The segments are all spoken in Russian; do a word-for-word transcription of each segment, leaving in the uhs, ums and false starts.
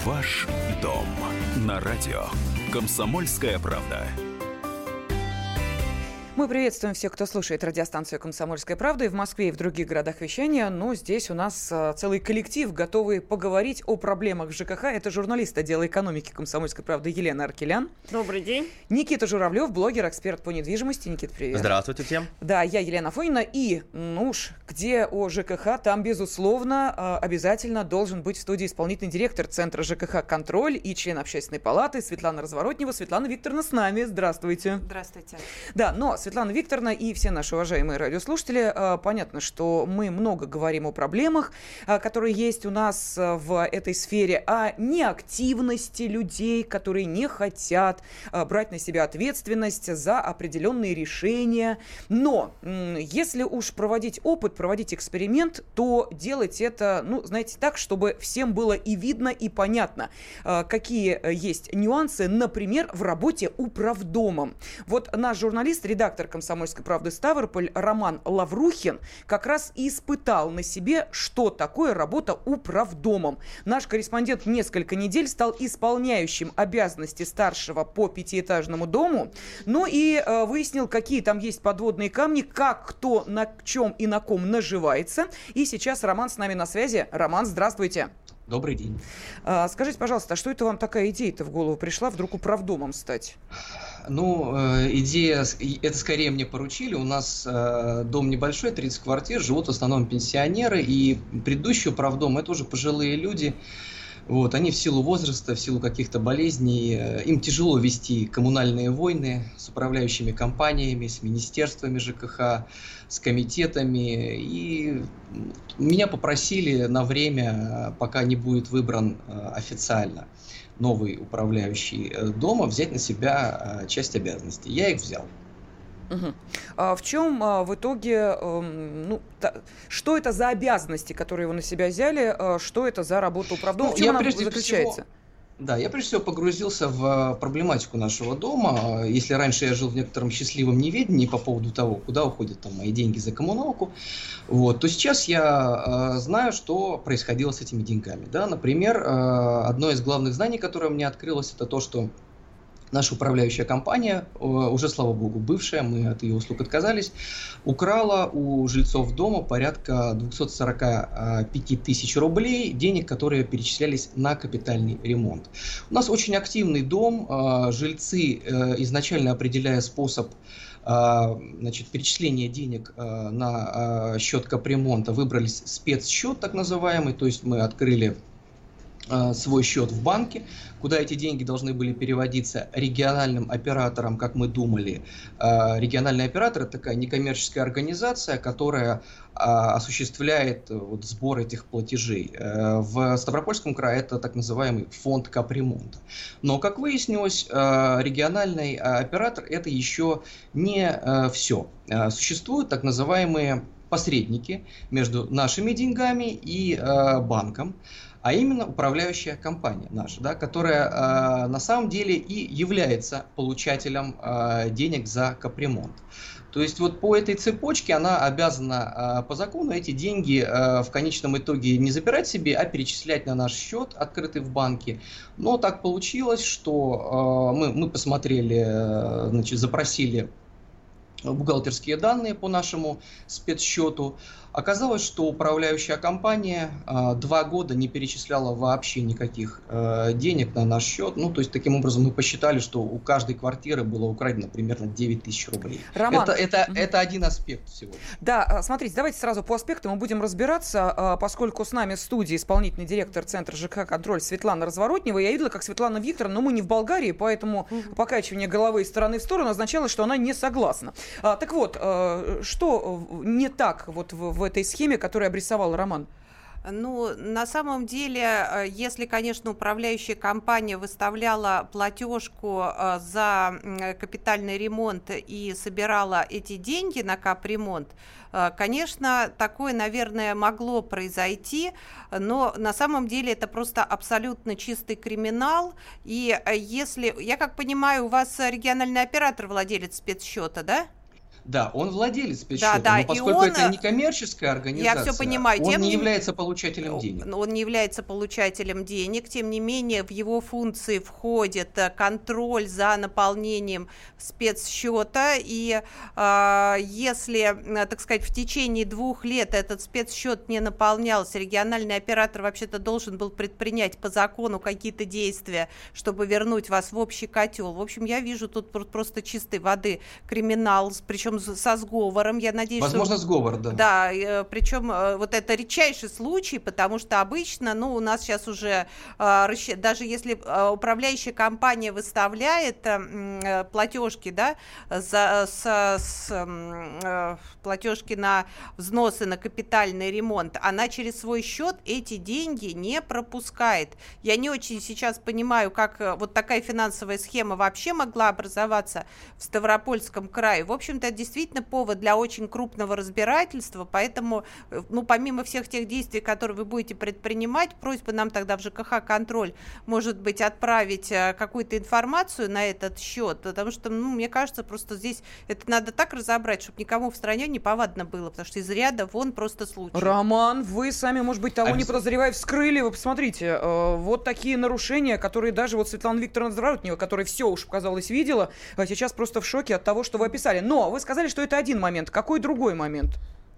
Ваш дом на радио «Комсомольская правда». Мы приветствуем всех, кто слушает радиостанцию «Комсомольская правда» и в Москве, и в других городах вещания. Но здесь у нас целый коллектив, готовый поговорить о проблемах в ЖКХ. Это журналист отдела экономики «Комсомольской правды» Елена Аркелян. Добрый день. Никита Журавлев, блогер, эксперт по недвижимости. Никита, привет. Здравствуйте всем. Да, я Елена Афонина. И, ну уж, где о ЖКХ, там, безусловно, обязательно должен быть в студии исполнительный директор Центра ЖКХ «Контроль» и член Общественной палаты Светлана Разворотнева. Светлана Викторовна с нами. Здравствуйте. Здравствуйте. Да, но Светлана Викторовна и все наши уважаемые радиослушатели, понятно, что мы много говорим о проблемах, которые есть у нас в этой сфере, о неактивности людей, которые не хотят брать на себя ответственность за определенные решения. Но если уж проводить опыт, проводить эксперимент, то делать это, ну, знаете, так, чтобы всем было и видно, и понятно, какие есть нюансы, например, в работе управдомом. Вот наш журналист, редактор «Комсомольской правды» Ставрополь Роман Лаврухин как раз и испытал на себе, что такое работа управдомом. Наш корреспондент несколько недель стал исполняющим обязанности старшего по пятиэтажному дому, ну и э, выяснил, какие там есть подводные камни, как кто на чем и на ком наживается. И сейчас Роман с нами на связи. Роман, здравствуйте. Добрый день. А, скажите, пожалуйста, а что это вам такая идея-то в голову пришла, вдруг управдомом стать? Ну, идея, это скорее мне поручили. У нас дом небольшой, тридцать квартир, живут в основном пенсионеры, и предыдущий управдом – это уже пожилые люди. Вот, они в силу возраста, в силу каких-то болезней, им тяжело вести коммунальные войны с управляющими компаниями, с министерствами ЖКХ, с комитетами. И меня попросили на время, пока не будет выбран официально новый управляющий дома, взять на себя часть обязанностей. Я их взял. Угу. А в чем а, в итоге, э, ну, та, что это за обязанности, которые вы на себя взяли, э, что это за работа управдома, ну, в чем она заключается? Всего... Да, я прежде всего погрузился в проблематику нашего дома. Если раньше я жил в некотором счастливом неведении по поводу того, куда уходят там мои деньги за коммуналку, вот, то сейчас я э, знаю, что происходило с этими деньгами. Да? Например, э, одно из главных знаний, которое мне открылось, это то, что наша управляющая компания, уже, слава богу, бывшая, мы от ее услуг отказались, украла у жильцов дома порядка двести сорок пять тысяч рублей, денег, которые перечислялись на капитальный ремонт. У нас очень активный дом, жильцы, изначально определяя способ значит, перечисления денег на счет капремонта, выбрали спецсчет так называемый, то есть мы открыли свой счет в банке, куда эти деньги должны были переводиться региональным операторам, как мы думали. Региональный оператор – это такая некоммерческая организация, которая осуществляет вот сбор этих платежей. В Ставропольском крае это так называемый фонд капремонта. Но, как выяснилось, региональный оператор – это еще не все. Существуют так называемые посредники между нашими деньгами и банком, а именно управляющая компания наша, да, которая э, на самом деле и является получателем э, денег за капремонт. То есть вот по этой цепочке она обязана э, по закону эти деньги э, в конечном итоге не забирать себе, а перечислять на наш счет, открытый в банке. Но так получилось, что э, мы, мы посмотрели, э, значит, запросили бухгалтерские данные по нашему спецсчету. Оказалось, что управляющая компания э, два года не перечисляла вообще никаких э, денег на наш счет. Ну, то есть, таким образом, мы посчитали, что у каждой квартиры было украдено примерно девять тысяч рублей. Роман, это, это, угу. это один аспект всего. Да, смотрите, давайте сразу по аспектам мы будем разбираться, поскольку с нами в студии исполнительный директор Центра ЖКХ «Контроль» Светлана Разворотнева. Я видела, как Светлана Викторовна, но мы не в Болгарии, поэтому угу. покачивание головы из стороны в сторону означало, что она не согласна. А, так вот, что не так вот в в этой схеме, которую обрисовал Роман? Ну, на самом деле, если, конечно, управляющая компания выставляла платежку за капитальный ремонт и собирала эти деньги на капремонт, конечно, такое, наверное, могло произойти, но на самом деле это просто абсолютно чистый криминал. И если, я как понимаю, у вас региональный оператор владелец спецсчета, да? Да, он владелец спецсчета, да, да. но поскольку он, это не коммерческая организация, я все понимаю, он тем не не является получателем денег. Он не является получателем денег, тем не менее в его функции входит контроль за наполнением спецсчета, и э, если, так сказать, в течение двух лет этот спецсчет не наполнялся, региональный оператор вообще-то должен был предпринять по закону какие-то действия, чтобы вернуть вас в общий котел. В общем, я вижу тут просто чистой воды криминал, причем со сговором, я надеюсь, Возможно, что... сговор, да. Да, причем вот это редчайший случай, потому что обычно, ну, у нас сейчас уже, даже если управляющая компания выставляет платежки, да, за, с, с, платежки на взносы на капитальный ремонт, она через свой счет эти деньги не пропускает. Я не очень сейчас понимаю, как вот такая финансовая схема вообще могла образоваться в Ставропольском крае. В общем-то, это действительно повод для очень крупного разбирательства, поэтому, ну, помимо всех тех действий, которые вы будете предпринимать, просьба нам тогда в ЖКХ-контроль, может быть, отправить какую-то информацию на этот счет, потому что, ну, мне кажется, просто здесь это надо так разобрать, чтобы никому в стране не повадно было, потому что из ряда вон просто случай. Роман, вы сами, может быть, того не подозревая, вскрыли. Вы посмотрите, э, вот такие нарушения, которые даже вот Светлана Викторовна Здравотнева, которая все уж, казалось, видела, а сейчас просто в шоке от того, что вы описали. Но вы сказали, что это один момент. Какой другой момент?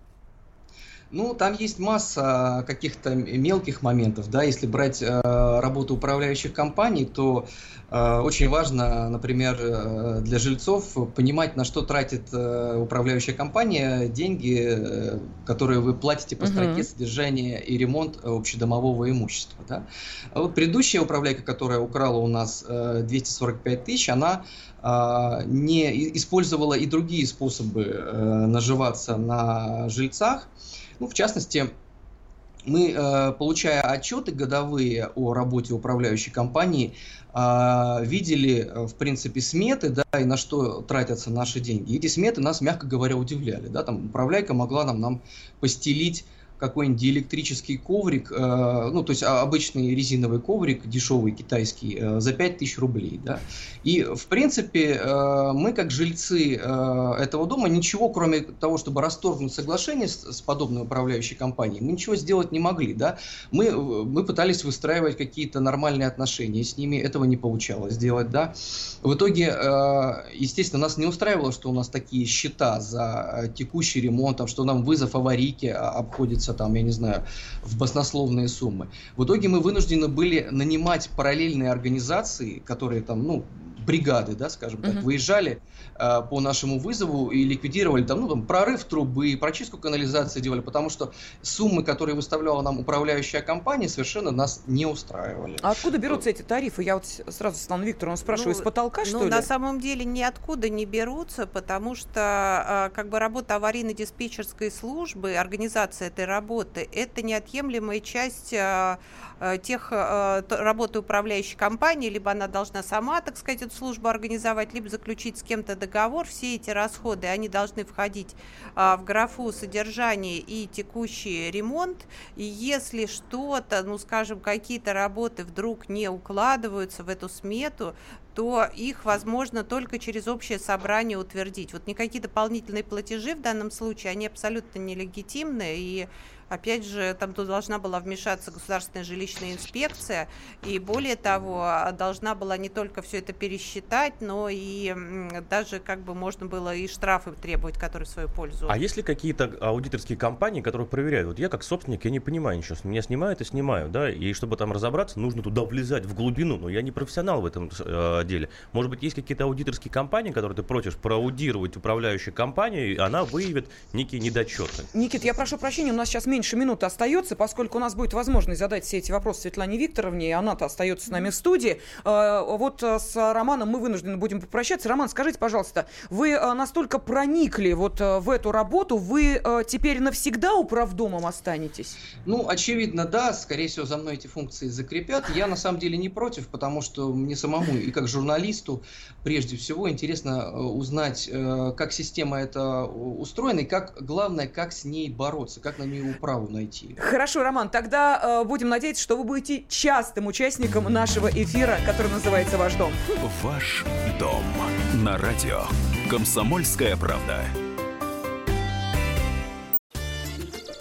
Ну, там есть масса каких-то мелких моментов, да, если брать э, работу управляющих компаний, то э, очень важно, например, э, для жильцов понимать, на что тратит э, управляющая компания деньги, э, которые вы платите по строке содержания и ремонт общедомового имущества, да. А вот предыдущая управляйка, которая украла у нас э, двести сорок пять тысяч, она э, не использовала и другие способы э, наживаться на жильцах. Ну, в частности, мы, э, получая отчеты годовые о работе управляющей компании, э, видели, в принципе, сметы, да, и на что тратятся наши деньги. И эти сметы нас, мягко говоря, удивляли. Да, там управляйка могла нам, нам постелить какой-нибудь диэлектрический коврик, э, ну, то есть обычный резиновый коврик, дешевый китайский, э, за пять тысяч рублей, да. И, в принципе, э, мы, как жильцы э, этого дома, ничего, кроме того, чтобы расторгнуть соглашение с, с подобной управляющей компанией, мы ничего сделать не могли, да. Мы, мы пытались выстраивать какие-то нормальные отношения с ними, этого не получалось сделать, да. В итоге, э, естественно, нас не устраивало, что у нас такие счета за текущий ремонт, что нам вызов аварийки обходится там, я не знаю, в баснословные суммы. В итоге мы вынуждены были нанимать параллельные организации, которые там, ну, бригады, да, скажем так, uh-huh. выезжали э, по нашему вызову и ликвидировали там, ну, там, прорыв трубы, прочистку канализации делали, потому что суммы, которые выставляла нам управляющая компания, совершенно нас не устраивали. А откуда берутся эти тарифы? Я вот сразу Светлану Викторовну спрашиваю, ну, из потолка, что ну, ли? На самом деле ниоткуда не берутся, потому что как бы работа аварийно-диспетчерской службы, организация этой работы, это неотъемлемая часть тех работы управляющей компании, либо она должна сама, так сказать, эту службу организовать, либо заключить с кем-то договор. Все эти расходы, они должны входить в графу содержание и текущий ремонт. И если что-то, ну, скажем, какие-то работы вдруг не укладываются в эту смету, то их возможно только через общее собрание утвердить. Вот никакие дополнительные платежи в данном случае, они абсолютно нелегитимны, и опять же, там тут должна была вмешаться государственная жилищная инспекция, и более того, должна была не только все это пересчитать, но и даже как бы можно было и штрафы требовать, которые в свою пользу. А есть ли какие-то аудиторские компании, которые проверяют? Вот я как собственник, я не понимаю ничего, меня снимают и снимаю, да, и чтобы там разобраться, нужно туда влезать в глубину, но я не профессионал в этом э, деле. Может быть, есть какие-то аудиторские компании, которые ты просишь проаудировать управляющую компанию, и она выявит некие недочеты? Никит, я прошу прощения, у нас сейчас меньше минуты остается, поскольку у нас будет возможность задать все эти вопросы Светлане Викторовне, и она-то остается с нами в студии. Вот с Романом мы вынуждены будем попрощаться. Роман, скажите, пожалуйста, вы настолько проникли вот в эту работу, вы теперь навсегда управдомом останетесь? Ну, очевидно, да. Скорее всего, за мной эти функции закрепят. Я, на самом деле, не против, потому что мне самому и как журналисту, прежде всего, интересно узнать, как система эта устроена, и как, главное, как с ней бороться, как на нее управу найти. Хорошо, Роман, тогда э, будем надеяться, что вы будете частым участником нашего эфира, который называется «Ваш дом». Ваш дом на радио «Комсомольская правда».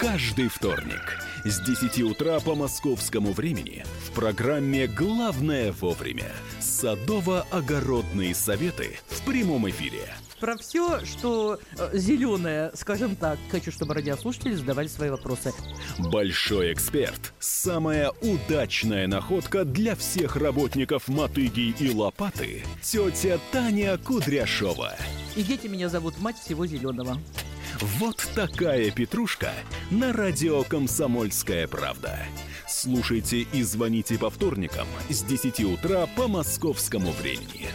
Каждый вторник с десяти утра по московскому времени в программе «Главное вовремя» садово-огородные советы в прямом эфире. Про все, что э, зеленое, скажем так, хочу, чтобы радиослушатели задавали свои вопросы. Большой эксперт. Самая удачная находка для всех работников мотыги и лопаты. Тетя Таня Кудряшова. И дети меня зовут мать всего зеленого. Вот такая петрушка на радио «Комсомольская правда». Слушайте и звоните по вторникам с десяти утра по московскому времени.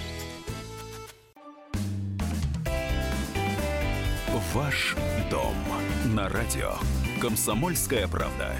Ваш дом на радио «Комсомольская правда».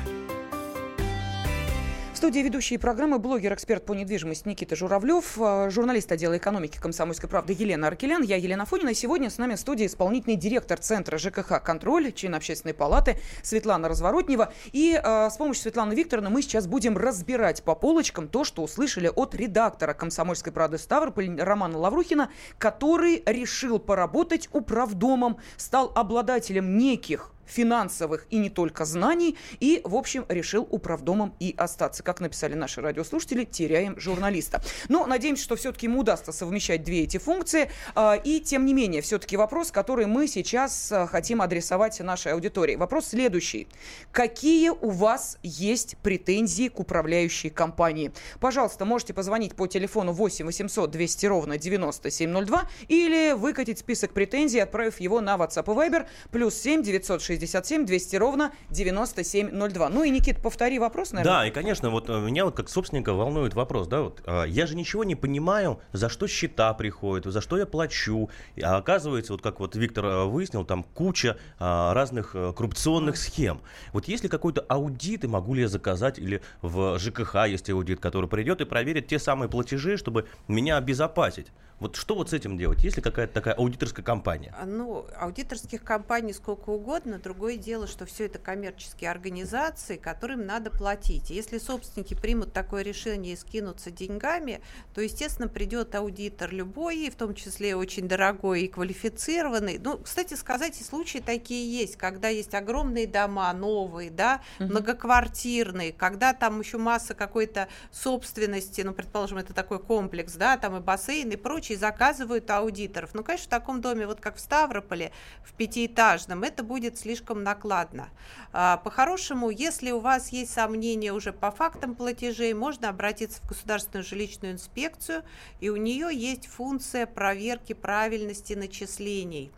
В студии ведущие программы блогер-эксперт по недвижимости Никита Журавлев, журналист отдела экономики «Комсомольской правды» Елена Аркелян, я Елена Афонина. Сегодня с нами в студии исполнительный директор Центра ЖКХ «Контроль», член Общественной палаты Светлана Разворотнева. И э, с помощью Светланы Викторовны мы сейчас будем разбирать по полочкам то, что услышали от редактора «Комсомольской правды» Ставрополь Романа Лаврухина, который решил поработать управдомом, стал обладателем неких финансовых и не только знаний, и, в общем, решил управдомом и остаться. Как написали наши радиослушатели, теряем журналиста. Но надеемся, что все-таки ему удастся совмещать две эти функции. И, тем не менее, все-таки вопрос, который мы сейчас хотим адресовать нашей аудитории. Вопрос следующий. Какие у вас есть претензии к управляющей компании? Пожалуйста, можете позвонить по телефону восемь восемьсот двести ровно девяносто семь ноль два или выкатить список претензий, отправив его на WhatsApp и Viber плюс семь девятьсот шестьдесят семь двести ровно девяносто семь ноль два. Ну и, Никит, повтори вопрос, наверное. Да, и, конечно, вот меня вот как собственника волнует вопрос, да, вот я же ничего не понимаю, за что счета приходят, за что я плачу, а оказывается, вот как вот Виктор выяснил, там куча а, разных а, коррупционных схем. Вот есть ли какой-то аудит, и могу ли я заказать, или в ЖКХ есть аудит, который придет и проверит те самые платежи, чтобы меня обезопасить? Вот что вот с этим делать? Есть ли какая-то такая аудиторская компания? Ну, аудиторских компаний сколько угодно. Другое дело, что все это коммерческие организации, которым надо платить. Если собственники примут такое решение и скинутся деньгами, то, естественно, придет аудитор любой, в том числе очень дорогой и квалифицированный. Ну, кстати сказать, и случаи такие есть, когда есть огромные дома, новые, да, uh-huh. многоквартирные, когда там еще масса какой-то собственности, ну, предположим, это такой комплекс, да, там и бассейн, и прочее, заказывают аудиторов. Ну, конечно, в таком доме, вот как в Ставрополе, в пятиэтажном, это будет слишком накладно. А, по-хорошему, если у вас есть сомнения уже по фактам платежей, можно обратиться в Государственную жилищную инспекцию, и у нее есть функция проверки правильности начислений.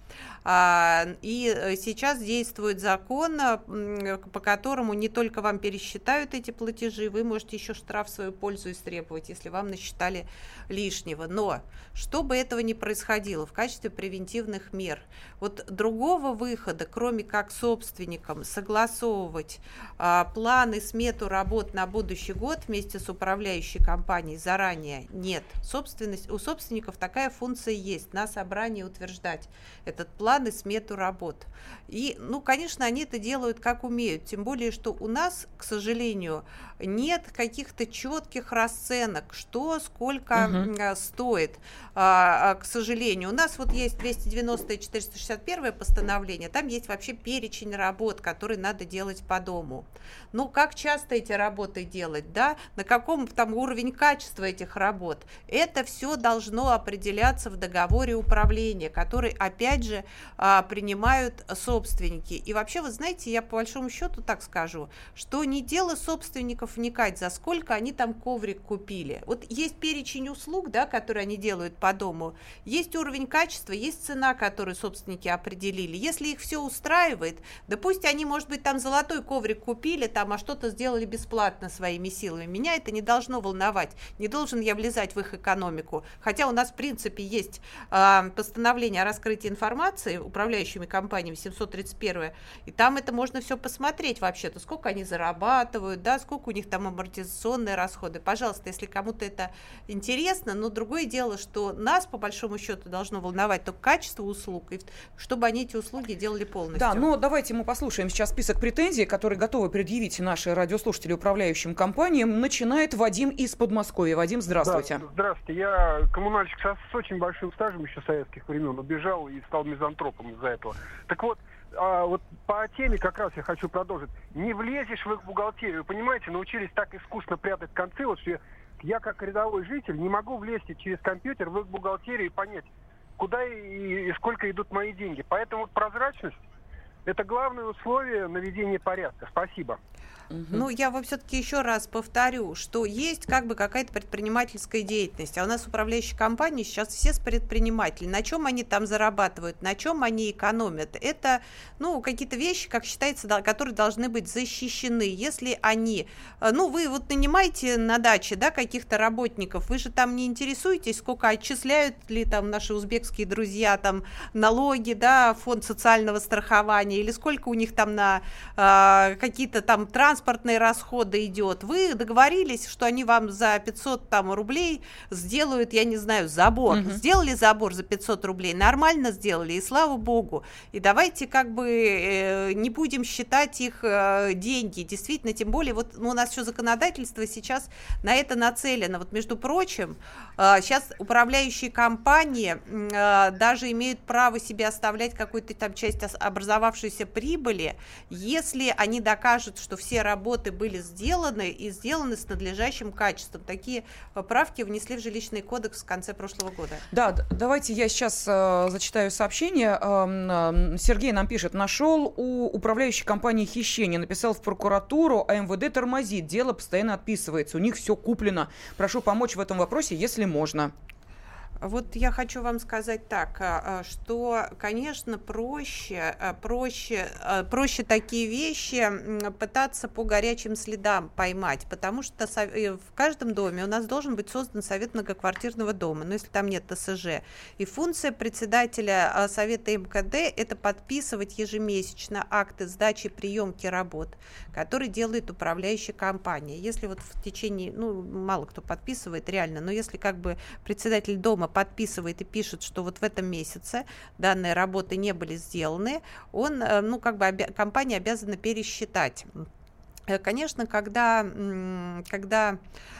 А, и сейчас действует закон, по которому не только вам пересчитают эти платежи, вы можете еще штраф в свою пользу истребовать, если вам насчитали лишнего. Но чтобы этого не происходило, в качестве превентивных мер, вот другого выхода, кроме как собственникам согласовывать а, планы, смету работ на будущий год вместе с управляющей компанией заранее, нет. Собственность, у собственников такая функция есть, на собрании утверждать этот план и смету работ. И, ну, конечно, они это делают как умеют, тем более, что у нас, к сожалению, нет каких-то четких расценок, что, сколько угу. стоит. А, к сожалению, у нас вот есть двести девяностое и четыреста шестьдесят первое постановление, там есть вообще перечень работ, которые надо делать по дому. Ну, как часто эти работы делать, да, на каком там уровень качества этих работ, это все должно определяться в договоре управления, который, опять же, принимают собственники. И вообще, вы знаете, я по большому счету так скажу, что не дело собственников вникать, за сколько они там коврик купили. Вот есть перечень услуг, да, которые они делают по дому, есть уровень качества, есть цена, которую собственники определили. Если их все устраивает, да пусть они, может быть, там золотой коврик купили, там, а что-то сделали бесплатно своими силами. Меня это не должно волновать. Не должен я влезать в их экономику. Хотя у нас, в принципе, есть э, постановление о раскрытии информации управляющими компаниями семьсот тридцать первое, и там это можно все посмотреть вообще-то, сколько они зарабатывают, да, сколько у них там амортизационные расходы. Пожалуйста, если кому-то это интересно, но другое дело, что нас, по большому счету, должно волновать только качество услуг, и чтобы они эти услуги делали полностью. Да, но давайте мы послушаем сейчас список претензий, которые готовы предъявить наши радиослушатели управляющим компаниям. Начинает Вадим из Подмосковья. Вадим, здравствуйте. Да, здравствуйте. Я коммунальщик с очень большим стажем еще советских времен, убежал и стал мизантропом из-за этого. Так вот, а, вот по теме как раз я хочу продолжить. Не влезешь в их бухгалтерию, понимаете, научились так искусно прятать концы, вот что я, я как рядовой житель не могу влезть через компьютер в их бухгалтерию и понять, куда и, и сколько идут мои деньги. Поэтому прозрачность – это главное условие наведения порядка. Спасибо. Ну, я вам все-таки еще раз повторю, что есть как бы какая-то предпринимательская деятельность, а у нас управляющие компании сейчас все предприниматели. На чем они там зарабатывают, на чем они экономят? Это, ну, какие-то вещи, как считается, которые должны быть защищены. Если они, ну, вы вот нанимаете на даче, да, каких-то работников, вы же там не интересуетесь, сколько отчисляют ли там наши узбекские друзья там налоги, да, фонд социального страхования, или сколько у них там на э, какие-то там транспортные транспортные расходы идет. Вы договорились, что они вам за пятьсот там, рублей сделают, я не знаю, забор. Угу. Сделали забор за пятьсот рублей, нормально сделали, и слава богу. И давайте как бы э, не будем считать их э, деньги. Действительно, тем более, вот ну, у нас еще законодательство сейчас на это нацелено. Вот, между прочим, э, сейчас управляющие компании э, даже имеют право себе оставлять какую-то там часть образовавшейся прибыли, если они докажут, что все работы были сделаны и сделаны с надлежащим качеством. Такие поправки внесли в жилищный кодекс в конце прошлого года. Да, давайте я сейчас э, зачитаю сообщение. Э, э, Сергей нам пишет: нашел у управляющей компании хищение, написал в прокуратуру, а эм вэ дэ тормозит, дело постоянно отписывается, у них все куплено. Прошу помочь в этом вопросе, если можно. Вот я хочу вам сказать так, что, конечно, проще, проще, проще такие вещи пытаться по горячим следам поймать, потому что в каждом доме у нас должен быть создан совет многоквартирного дома, ну, если там нет тэ эс жэ. И функция председателя совета эм ка дэ – это подписывать ежемесячно акты сдачи приемки работ, которые делает управляющая компания. Если вот в течение, ну, мало кто подписывает реально, но если как бы председатель дома подписывает и пишет, что вот в этом месяце данные работы не были сделаны, он, ну, как бы обя- компания обязана пересчитать. Конечно, когда, когда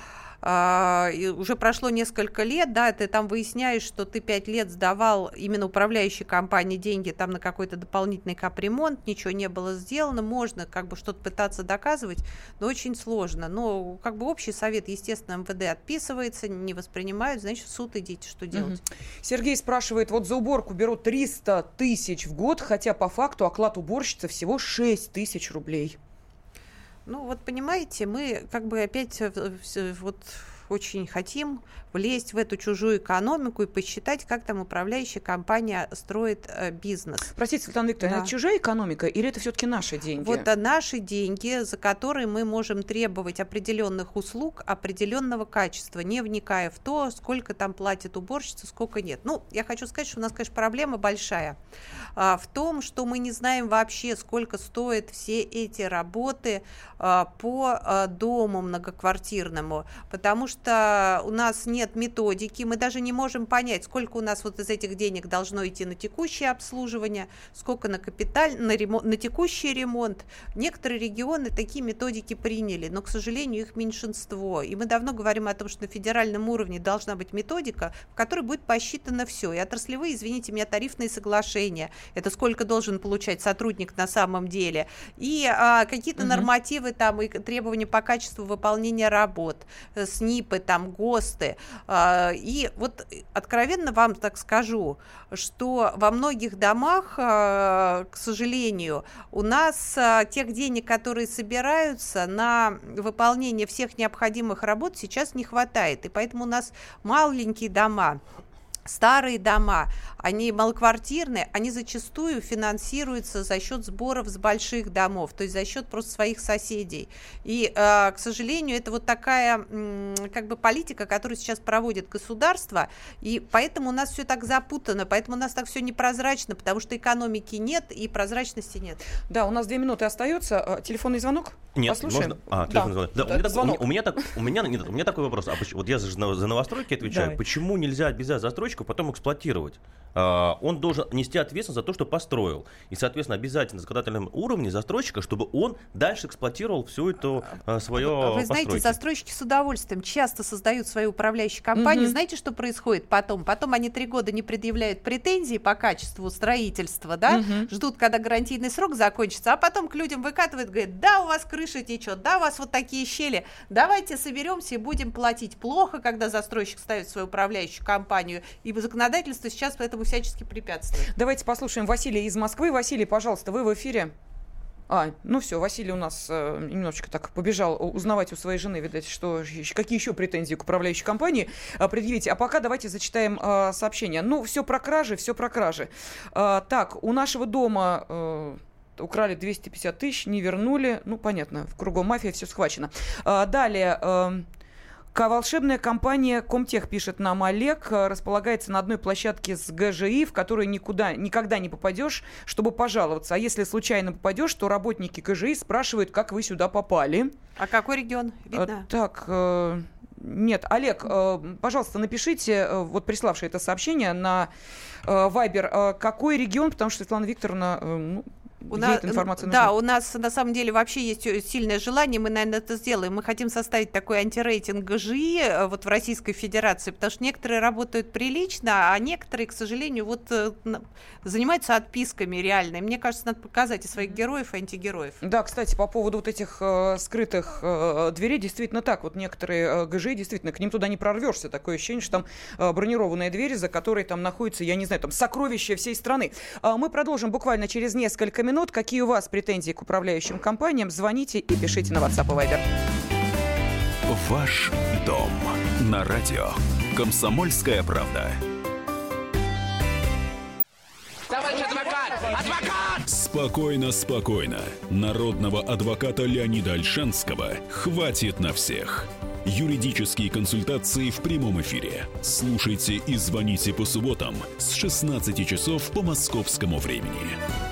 Uh, уже прошло несколько лет, да, ты там выясняешь, что ты пять лет сдавал именно управляющей компании деньги там на какой-то дополнительный капремонт, ничего не было сделано, можно как бы что-то пытаться доказывать, но очень сложно. Но как бы общий совет, естественно, эм вэ дэ отписывается, не воспринимают, значит, в суд идите, что делать. Угу. Сергей спрашивает: вот за уборку берут триста тысяч в год, хотя по факту оклад уборщицы всего шесть тысяч рублей. Ну, вот понимаете, мы как бы опять вот очень хотим влезть в эту чужую экономику и посчитать, как там управляющая компания строит э, бизнес. Простите, Светлана Викторовна, да. Это чужая экономика или это все-таки наши деньги? Вот а наши деньги, за которые мы можем требовать определенных услуг, определенного качества, не вникая в то, сколько там платит уборщица, сколько нет. Ну, я хочу сказать, что у нас, конечно, проблема большая а, в том, что мы не знаем вообще, сколько стоят все эти работы а, по а, дому многоквартирному, потому что у нас нет методики, мы даже не можем понять, сколько у нас вот из этих денег должно идти на текущее обслуживание, сколько на капиталь, на, ремонт, на текущий ремонт. Некоторые регионы такие методики приняли, но, к сожалению, их меньшинство. И мы давно говорим о том, что на федеральном уровне должна быть методика, в которой будет посчитано все. И отраслевые, извините меня, тарифные соглашения, это сколько должен получать сотрудник на самом деле, и а, какие-то угу. нормативы там, и требования по качеству выполнения работ, СНИПы, там, ГОСТы. И вот откровенно вам так скажу, что во многих домах, к сожалению, у нас тех денег, которые собираются на выполнение всех необходимых работ, сейчас не хватает. И поэтому у нас маленькие дома, старые дома, они малоквартирные, они зачастую финансируются за счет сборов с больших домов, то есть за счет просто своих соседей. И, э, к сожалению, это вот такая м, как бы политика, которую сейчас проводит государство, и поэтому у нас все так запутано, поэтому у нас так все непрозрачно, потому что экономики нет и прозрачности нет. Да, у нас две минуты остается. Телефонный звонок? Нет, послушаем. можно? А, телефонный звонок. Да, да, у, меня звонок. Так, у, меня так, у, меня, нет, у меня такой вопрос. А, вот я за, за новостройки отвечаю. Давай. Почему нельзя обязать застройщику потом эксплуатировать? он должен нести ответственность за то, что построил. И, соответственно, обязательно на законодательном уровне застройщика, чтобы он дальше эксплуатировал всю эту а, свое Вы знаете, постройки. застройщики с удовольствием часто создают свои управляющие компании. Mm-hmm. Знаете, что происходит потом? Потом они три года не предъявляют претензий по качеству строительства, да? Mm-hmm. Ждут, когда гарантийный срок закончится, а потом к людям выкатывают, говорят, да, у вас крыша течет, да, у вас вот такие щели, давайте соберемся и будем платить. Плохо, когда застройщик ставит свою управляющую компанию, и законодательство сейчас поэтому всячески препятствует. Давайте послушаем Василия из Москвы. Василий, пожалуйста, вы в эфире. А, ну все, Василий у нас э, немножечко так побежал узнавать у своей жены, видать, что какие еще претензии к управляющей компании э, предъявите. А пока давайте зачитаем э, сообщение. Ну, все про кражи, все про кражи. Э, так, у нашего дома... Э, украли двести пятьдесят тысяч, не вернули. Ну, понятно, в кругом мафия, все схвачено. Э, далее... Э, Волшебная компания Комтех, пишет нам Олег, располагается на одной площадке с ГЖИ, в которую никуда, никогда не попадешь, чтобы пожаловаться. А если случайно попадешь, то работники ГЖИ спрашивают, как вы сюда попали. А какой регион? Видно? А, так, э, нет, Олег, э, пожалуйста, напишите, э, вот приславший это сообщение на э, Viber, э, какой регион, потому что Светлана Викторовна... Э, ну, У нас, эта информация нужна? да, у нас на самом деле вообще есть сильное желание, мы, наверное, это сделаем. Мы хотим составить такой антирейтинг ГЖИ вот в Российской Федерации, потому что некоторые работают прилично, а некоторые, к сожалению, вот занимаются отписками реально. И мне кажется, надо показать и своих героев, и антигероев. Да, кстати, по поводу вот этих э, скрытых э, дверей, действительно так. Вот некоторые э, ГЖИ, действительно, к ним туда не прорвешься. Такое ощущение, что там э, бронированные двери, за которой там находятся, я не знаю, там сокровища всей страны. Э, мы продолжим буквально через несколько минут. Какие у вас претензии к управляющим компаниям? Звоните и пишите на WhatsApp и Viber. Ваш дом на радио «Комсомольская правда». Товарищ адвокат! Адвокат! Спокойно, спокойно. Народного адвоката Леонида Ольшанского хватит на всех. Юридические консультации в прямом эфире. Слушайте и звоните по субботам с шестнадцати часов по московскому времени.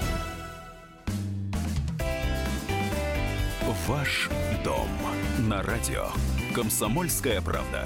Ваш дом на радио «Комсомольская правда».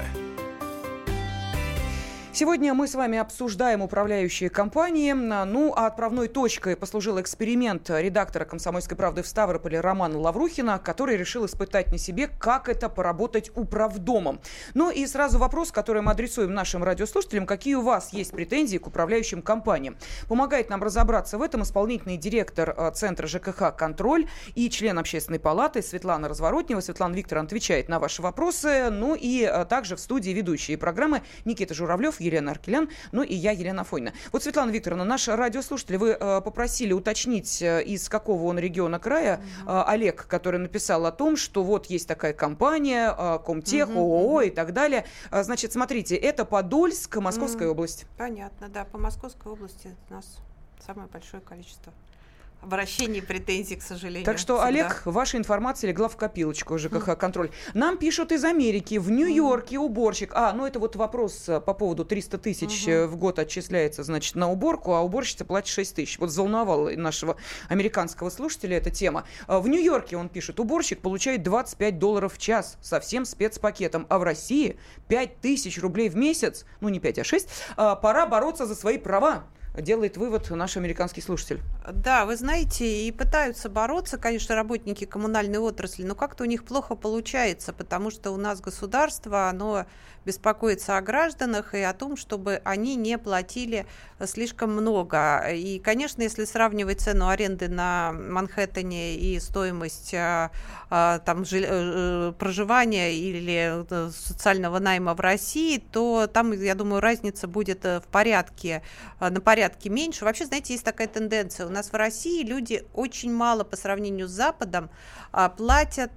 Сегодня мы с вами обсуждаем управляющие компании. Ну, а отправной точкой послужил эксперимент редактора «Комсомольской правды» в Ставрополе Романа Лаврухина, который решил испытать на себе, как это поработать управдомом. Ну и сразу вопрос, который мы адресуем нашим радиослушателям. Какие у вас есть претензии к управляющим компаниям? Помогает нам разобраться в этом исполнительный директор Центра ЖКХ «Контроль» и член Общественной палаты Светлана Разворотнева. Светлана Викторовна отвечает на ваши вопросы. Ну и также в студии ведущие программы Никита Журавлев, Елена Аркелян, ну и я, Елена Афонина. Вот, Светлана Викторовна, наш радиослушатель, вы э, попросили уточнить, э, из какого он региона края, э, Олег, который написал о том, что вот есть такая компания, э, Комтех, mm-hmm. ООО и так далее. Э, значит, смотрите, это Подольск, Московская mm-hmm. область. Понятно, да, по Московской области у нас самое большое количество обращений, претензий, к сожалению. Так что, всегда. Олег, ваша информация легла в копилочку ЖКХ «Контроль». Нам пишут из Америки, в Нью-Йорке уборщик. А, ну это вот вопрос по поводу триста тысяч угу. в год отчисляется, значит, на уборку, а уборщица платит шесть тысяч. Вот взволновала нашего американского слушателя эта тема. В Нью-Йорке, он пишет, уборщик получает двадцать пять долларов в час со всем спецпакетом, а в России пять тысяч рублей в месяц, ну не пять, а шесть, пора бороться за свои права. Делает вывод наш американский слушатель. Да, вы знаете, и пытаются бороться, конечно, работники коммунальной отрасли, но как-то у них плохо получается, потому что у нас государство, оно беспокоится о гражданах и о том, чтобы они не платили слишком много. И, конечно, если сравнивать цену аренды на Манхэттене и стоимость а, а, там, жи- проживания или социального найма в России, то там, я думаю, разница будет в порядке, на порядке меньше. Вообще, знаете, есть такая тенденция. У нас в России люди очень мало по сравнению с Западом платят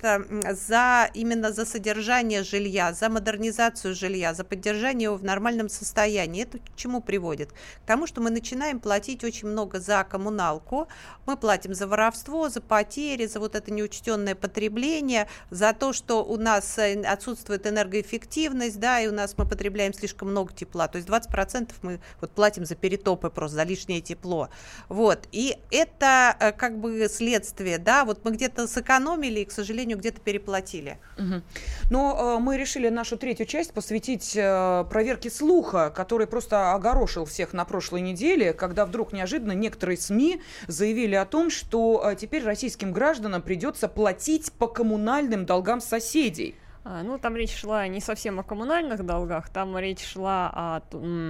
за, именно за содержание жилья, за модернизацию жилья, за поддержание его в нормальном состоянии. Это к чему приводит? К тому, что мы начинаем платить очень много за коммуналку, мы платим за воровство, за потери, за вот это неучтенное потребление, за то, что у нас отсутствует энергоэффективность, да, и у нас мы потребляем слишком много тепла. То есть двадцать процентов мы вот платим за перетопы просто за лишнее тепло. Вот. И это э, как бы следствие, да, вот мы где-то сэкономили и, к сожалению, где-то переплатили. Угу. Но э, мы решили нашу третью часть посвятить э, проверке слуха, который просто огорошил всех на прошлой неделе, когда вдруг неожиданно некоторые СМИ заявили о том, что э, теперь российским гражданам придется платить по коммунальным долгам соседей. А, ну, там речь шла не совсем о коммунальных долгах, там речь шла о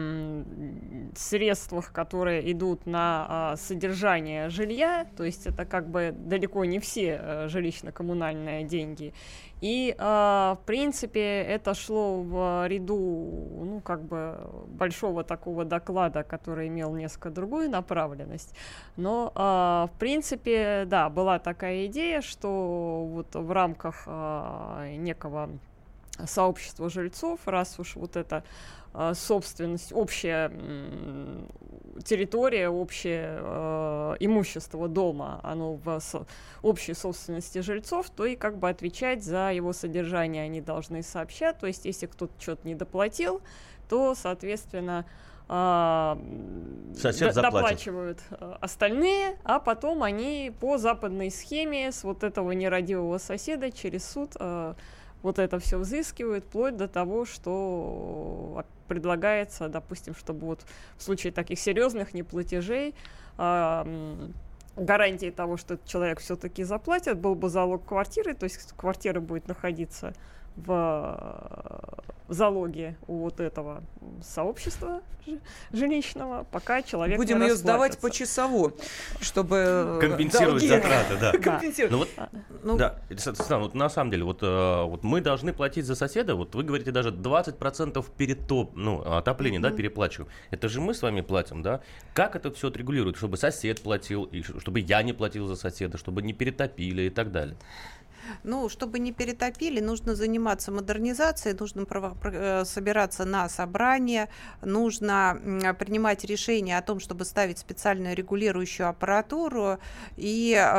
м, средствах, которые идут на а, содержание жилья, то есть это как бы далеко не все а, жилищно-коммунальные деньги. И, а, в принципе, это шло в ряду, ну, как бы большого такого доклада, который имел несколько другую направленность. Но, а, в принципе, да, была такая идея, что вот в рамках а, некого сообщества жильцов, раз уж вот эта а, собственность, общая м, территория, общее э, имущество дома, оно в со- общей собственности жильцов, то и как бы отвечать за его содержание они должны сообщать. То есть, если кто-то что-то не доплатил, то, соответственно, э, Сосед д- заплатит. доплачивают э, остальные, а потом они по западной схеме с вот этого нерадивого соседа через суд э, вот это все взыскивают, вплоть до того, что предлагается, допустим, чтобы вот в случае таких серьезных неплатежей э, гарантией того, что этот человек все-таки заплатит, был бы залог квартиры, то есть квартира будет находиться в, в залоге у вот этого сообщества жилищного, пока человек Будем не ее сдавать расплатится. почасово, чтобы компенсировать долги затраты, да. компенсировать. Ну вот, Ну, да, это, соответственно, вот на самом деле, вот, э, вот мы должны платить за соседа, вот вы говорите, даже двадцать процентов перетоп, ну, отопление, да, переплачиваем. Это же мы с вами платим, да? Как это все отрегулирует, чтобы сосед платил, и чтобы я не платил за соседа, чтобы не перетопили и так далее? Ну, чтобы не перетопили, нужно заниматься модернизацией, нужно прово- про- собираться на собрания, нужно м, принимать решения о том, чтобы ставить специальную регулирующую аппаратуру и э,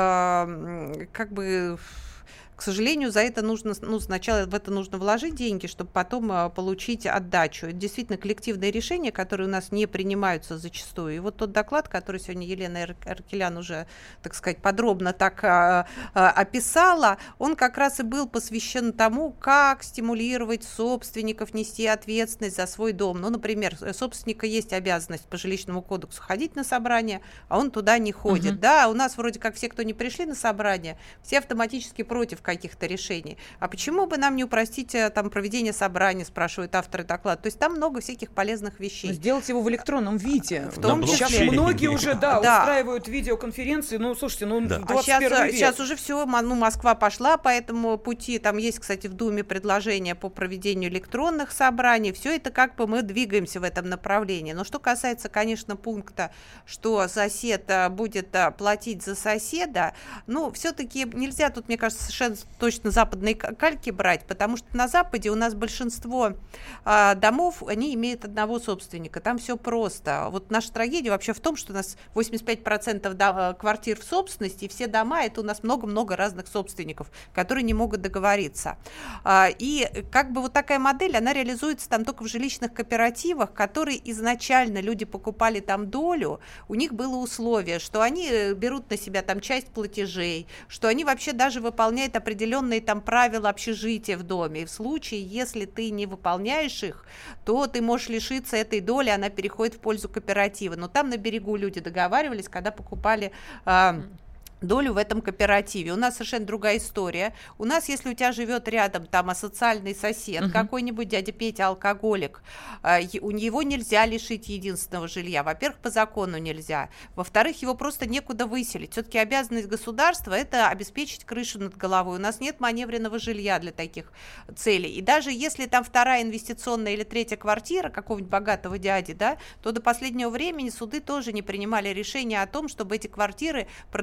м, как бы... К сожалению, за это нужно, ну, сначала в это нужно вложить деньги, чтобы потом а, получить отдачу. Это действительно коллективные решения, которые у нас не принимаются зачастую. И вот тот доклад, который сегодня Елена Эр- Эркелян уже, так сказать, подробно так а, а, описала, он как раз и был посвящен тому, как стимулировать собственников нести ответственность за свой дом. Ну, например, у собственника есть обязанность по жилищному кодексу ходить на собрание, а он туда не ходит. Uh-huh. Да, у нас вроде как все, кто не пришли на собрание, все автоматически против каких-то решений. А почему бы нам не упростить там проведение собраний, спрашивают авторы доклада. То есть там много всяких полезных вещей. Сделать его в электронном виде. В том числе. Сейчас многие уже, да, да, устраивают видеоконференции. Ну, слушайте, ну, да. в двадцать первом а сейчас, век. сейчас уже все, ну, Москва пошла по этому пути. Там есть, кстати, в Думе предложение по проведению электронных собраний. Все это как бы мы двигаемся в этом направлении. Но что касается, конечно, пункта, что сосед будет платить за соседа, ну, все-таки нельзя тут, мне кажется, совершенно точно западные кальки брать, потому что на Западе у нас большинство а, домов, они имеют одного собственника, там все просто. Вот наша трагедия вообще в том, что у нас восемьдесят пять процентов до, квартир в собственности, и все дома, это у нас много-много разных собственников, которые не могут договориться. А, и как бы вот такая модель, она реализуется там только в жилищных кооперативах, которые изначально люди покупали там долю, у них было условие, что они берут на себя там часть платежей, что они вообще даже выполняют определенные там правила общежития в доме. И в случае, если ты не выполняешь их, то ты можешь лишиться этой доли, она переходит в пользу кооператива. Но там на берегу люди договаривались, когда покупали... А, долю в этом кооперативе. У нас совершенно другая история. У нас, если у тебя живет рядом там асоциальный сосед, uh-huh. какой-нибудь дядя Петя алкоголик, э, у него нельзя лишить единственного жилья. Во-первых, по закону нельзя. Во-вторых, его просто некуда выселить. Все-таки обязанность государства – это обеспечить крышу над головой. У нас нет маневренного жилья для таких целей. И даже если там вторая инвестиционная или третья квартира какого-нибудь богатого дяди, да, то до последнего времени суды тоже не принимали решения о том, чтобы эти квартиры продавать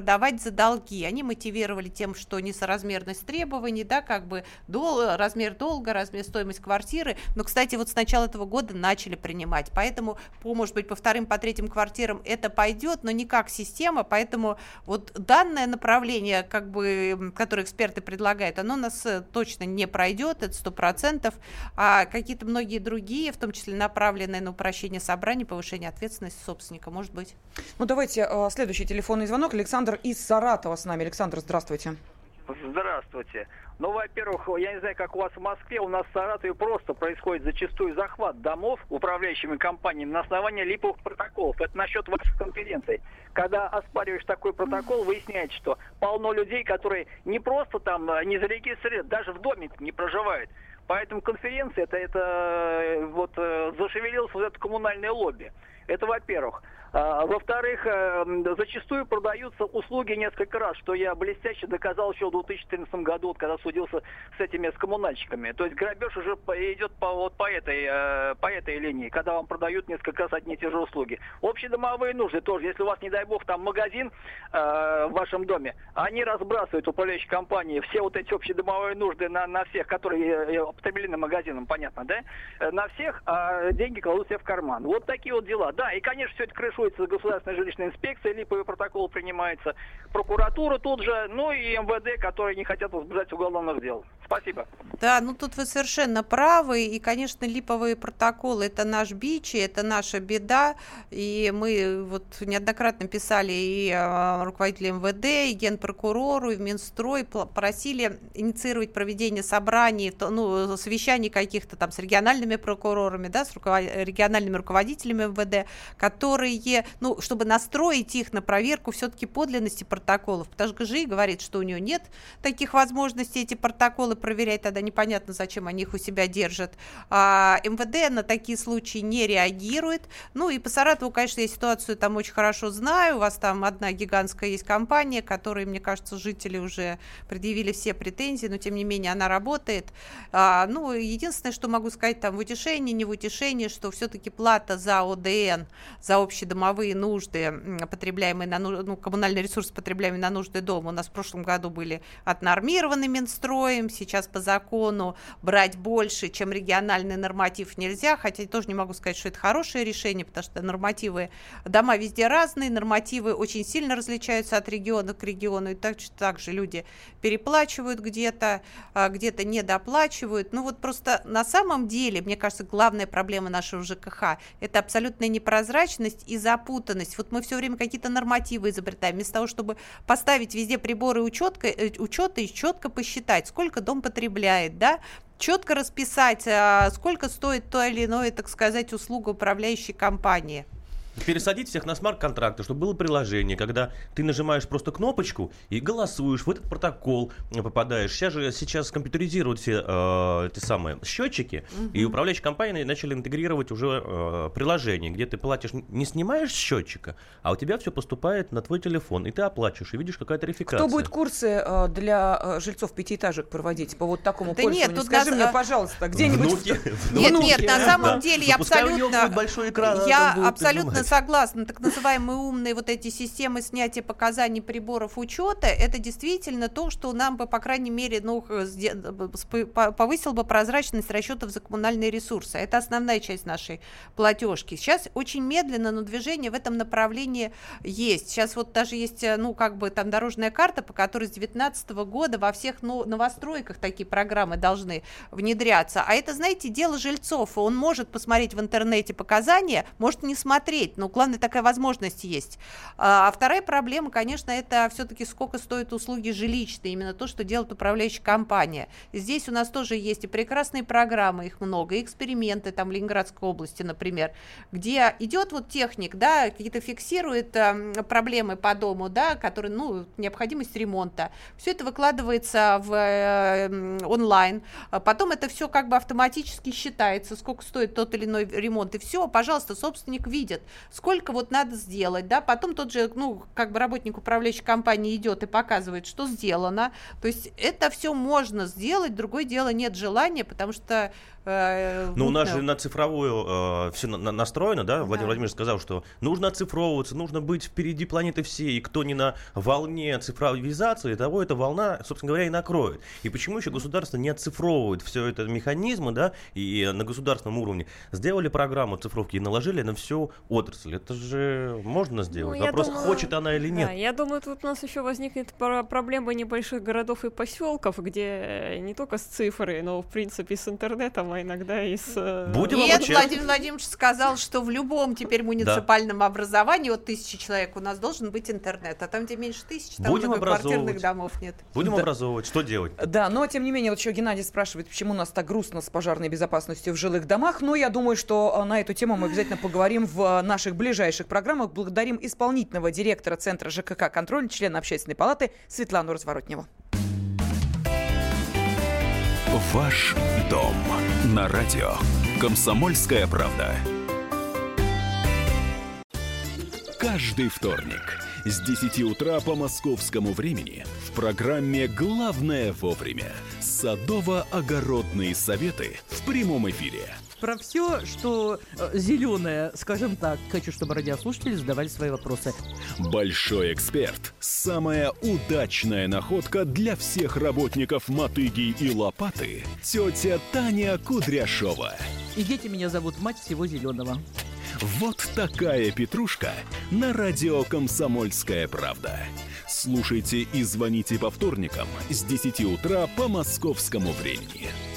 за долги. Они мотивировали тем, что несоразмерность требований, да, как бы дол, размер долга, размер стоимость квартиры. Но, кстати, вот с начала этого года начали принимать. Поэтому, по, может быть, по вторым, по третьим квартирам это пойдет, но не как система. Поэтому вот данное направление, как бы, которое эксперты предлагают, оно у нас точно не пройдет, это сто процентов. А какие-то многие другие, в том числе направленные на упрощение собраний, повышение ответственности собственника, может быть. Ну, давайте следующий телефонный звонок. Александр из Саратова с нами. Александр, здравствуйте. Здравствуйте. Ну, во-первых, я не знаю, как у вас в Москве, у нас в Саратове просто происходит зачастую захват домов управляющими компаниями на основании липовых протоколов. Это насчет ваших конференций. Когда оспариваешь такой протокол, выясняется, что полно людей, которые не просто там не зарегистрированы, даже в доме не проживают. Поэтому конференция, это, это вот зашевелилось вот это коммунальное лобби. Это во-первых. А, во-вторых, зачастую продаются услуги несколько раз, что я блестяще доказал еще в две тысячи тринадцатом году, вот, когда судился с этими, с коммунальщиками. То есть грабеж уже идет по, вот, по, этой, по этой линии, когда вам продают несколько раз одни и те же услуги. Общедомовые нужды тоже. Если у вас, не дай бог, там магазин э, в вашем доме, они разбрасывают, управляющие компании, все вот эти общедомовые нужды на, на всех, которые потреблены магазином, понятно, да? На всех, а деньги кладут себе в карман. Вот такие вот дела. Да, и, конечно, все это крышуется государственная жилищная инспекция, липовый протокол принимается, прокуратура тут же, ну и эм вэ дэ, которые не хотят возбуждать уголовных дел. Спасибо. Да, ну тут вы совершенно правы, и, конечно, липовые протоколы – это наш бич, и это наша беда, и мы вот неоднократно писали и э, руководителю эм вэ дэ, и генпрокурору, и в Минстрой, просили инициировать проведение собраний, ну, совещаний каких-то там с региональными прокурорами, да, с руковод... региональными руководителями эм вэ дэ, которые, ну, чтобы настроить их на проверку все-таки подлинности протоколов, потому что ГЖИ говорит, что у нее нет таких возможностей эти протоколы проверять, тогда непонятно, зачем они их у себя держат. А эм вэ дэ на такие случаи не реагирует. Ну и по Саратову, конечно, я ситуацию там очень хорошо знаю, у вас там одна гигантская есть компания, которой, мне кажется, жители уже предъявили все претензии, но тем не менее она работает. А, ну, единственное, что могу сказать, там в утешении, не в утешении, что все-таки плата за о дэ эн, за общедомовые нужды, потребляемые на, ну, коммунальный ресурс, потребляемый на нужды дома, у нас в прошлом году были отнормированы Минстроем, сейчас по закону брать больше, чем региональный норматив, нельзя, хотя я тоже не могу сказать, что это хорошее решение, потому что нормативы, дома везде разные, нормативы очень сильно различаются от региона к региону, и так, так же люди переплачивают где-то, где-то недоплачивают. Ну вот просто на самом деле, мне кажется, главная проблема нашего ЖКХ – это абсолютная непрозрачность и запутанность. Вот мы все время какие-то нормативы изобретаем, вместо того, чтобы поставить везде приборы учетка, учета и четко посчитать, сколько дом потребляет, да, четко расписать, сколько стоит то или иное, так сказать, услуга управляющей компании. Пересадить всех на смарт-контракты, чтобы было приложение, когда ты нажимаешь просто кнопочку и голосуешь, в этот протокол попадаешь. Сейчас же сейчас компьютеризируют все э, те самые счетчики, угу. И управляющие компании начали интегрировать уже э, приложение, где ты платишь, не снимаешь счетчика, а у тебя все поступает на твой телефон, и ты оплачиваешь, и видишь, какая тарификация. Кто будет курсы э, для э, жильцов пятиэтажек проводить по вот такому да пользованию? Нет, Скажи нас... мне, пожалуйста, где-нибудь... Внуки. Нет, Внуки. нет, на самом да. деле я абсолютно... Я абсолютно согласна. Так называемые умные вот эти системы снятия показаний приборов учета, это действительно то, что нам бы, по крайней мере, ну, повысил бы прозрачность расчетов за коммунальные ресурсы. Это основная часть нашей платежки. Сейчас очень медленно, но движение в этом направлении есть. Сейчас вот даже есть, ну, как бы там дорожная карта, по которой с две тысячи девятнадцатого года во всех новостройках такие программы должны внедряться. А это, знаете, дело жильцов. Он может посмотреть в интернете показания, может не смотреть, но главное, такая возможность есть. А вторая проблема, конечно, это все-таки сколько стоят услуги жилищные, именно то, что делает управляющая компания. Здесь у нас тоже есть и прекрасные программы, их много, и эксперименты там в Ленинградской области, например, где идет вот техник, да, какие-то фиксирует э, проблемы по дому, да, которые, ну, необходимость ремонта. Все это выкладывается в э, онлайн, потом это все как бы автоматически считается, сколько стоит тот или иной ремонт, и все, пожалуйста, собственник видит. сколько вот надо сделать, да, потом тот же, ну, как бы работник управляющей компании идет и показывает, что сделано, то есть это все можно сделать, другое дело нет желания, потому что э, Но ну, у нас да. же на цифровую э, все на, на, настроено, да? Да. Владимир Владимирович сказал, что нужно оцифровываться, нужно быть впереди планеты всей, и кто не на волне цифровизации, того эта волна, собственно говоря, и накроет. И почему еще государство не оцифровывает все это механизмы, да, и на государственном уровне сделали программу цифровки и наложили на всю отрасль? Это же можно сделать. Ну, Вопрос, думаю, хочет она или нет. Да, я думаю, тут у нас еще возникнет проблема небольших городов и поселков, где не только с цифрой, но, в принципе, с интернетом, а иногда и с... Будем Нет, обучать. Владимир Владимирович сказал, что в любом теперь муниципальном да. образовании от тысячи человек у нас должен быть интернет, а там, где меньше тысячи, там Будем многоквартирных домов нет. Будем да. образовывать, что делать? Да, но, тем не менее, вот еще Геннадий спрашивает, почему у нас так грустно с пожарной безопасностью в жилых домах, но я думаю, что на эту тему мы обязательно поговорим в наших ближайших программах. Благодарим исполнительного директора Центра ЖКХ «Контроль», члена Общественной палаты Светлану Разворотневу. Ваш дом на радио «Комсомольская правда». Каждый вторник с десяти утра по московскому времени в программе «Главное вовремя» садово-огородные советы в прямом эфире. Про все, что э, зеленое, скажем так, хочу, чтобы радиослушатели задавали свои вопросы. Большой эксперт. Самая удачная находка для всех работников мотыги и лопаты. Тетя Таня Кудряшова. И дети меня зовут мать всего зеленого. Вот такая петрушка на радио «Комсомольская правда». Слушайте и звоните по вторникам с десяти утра по московскому времени.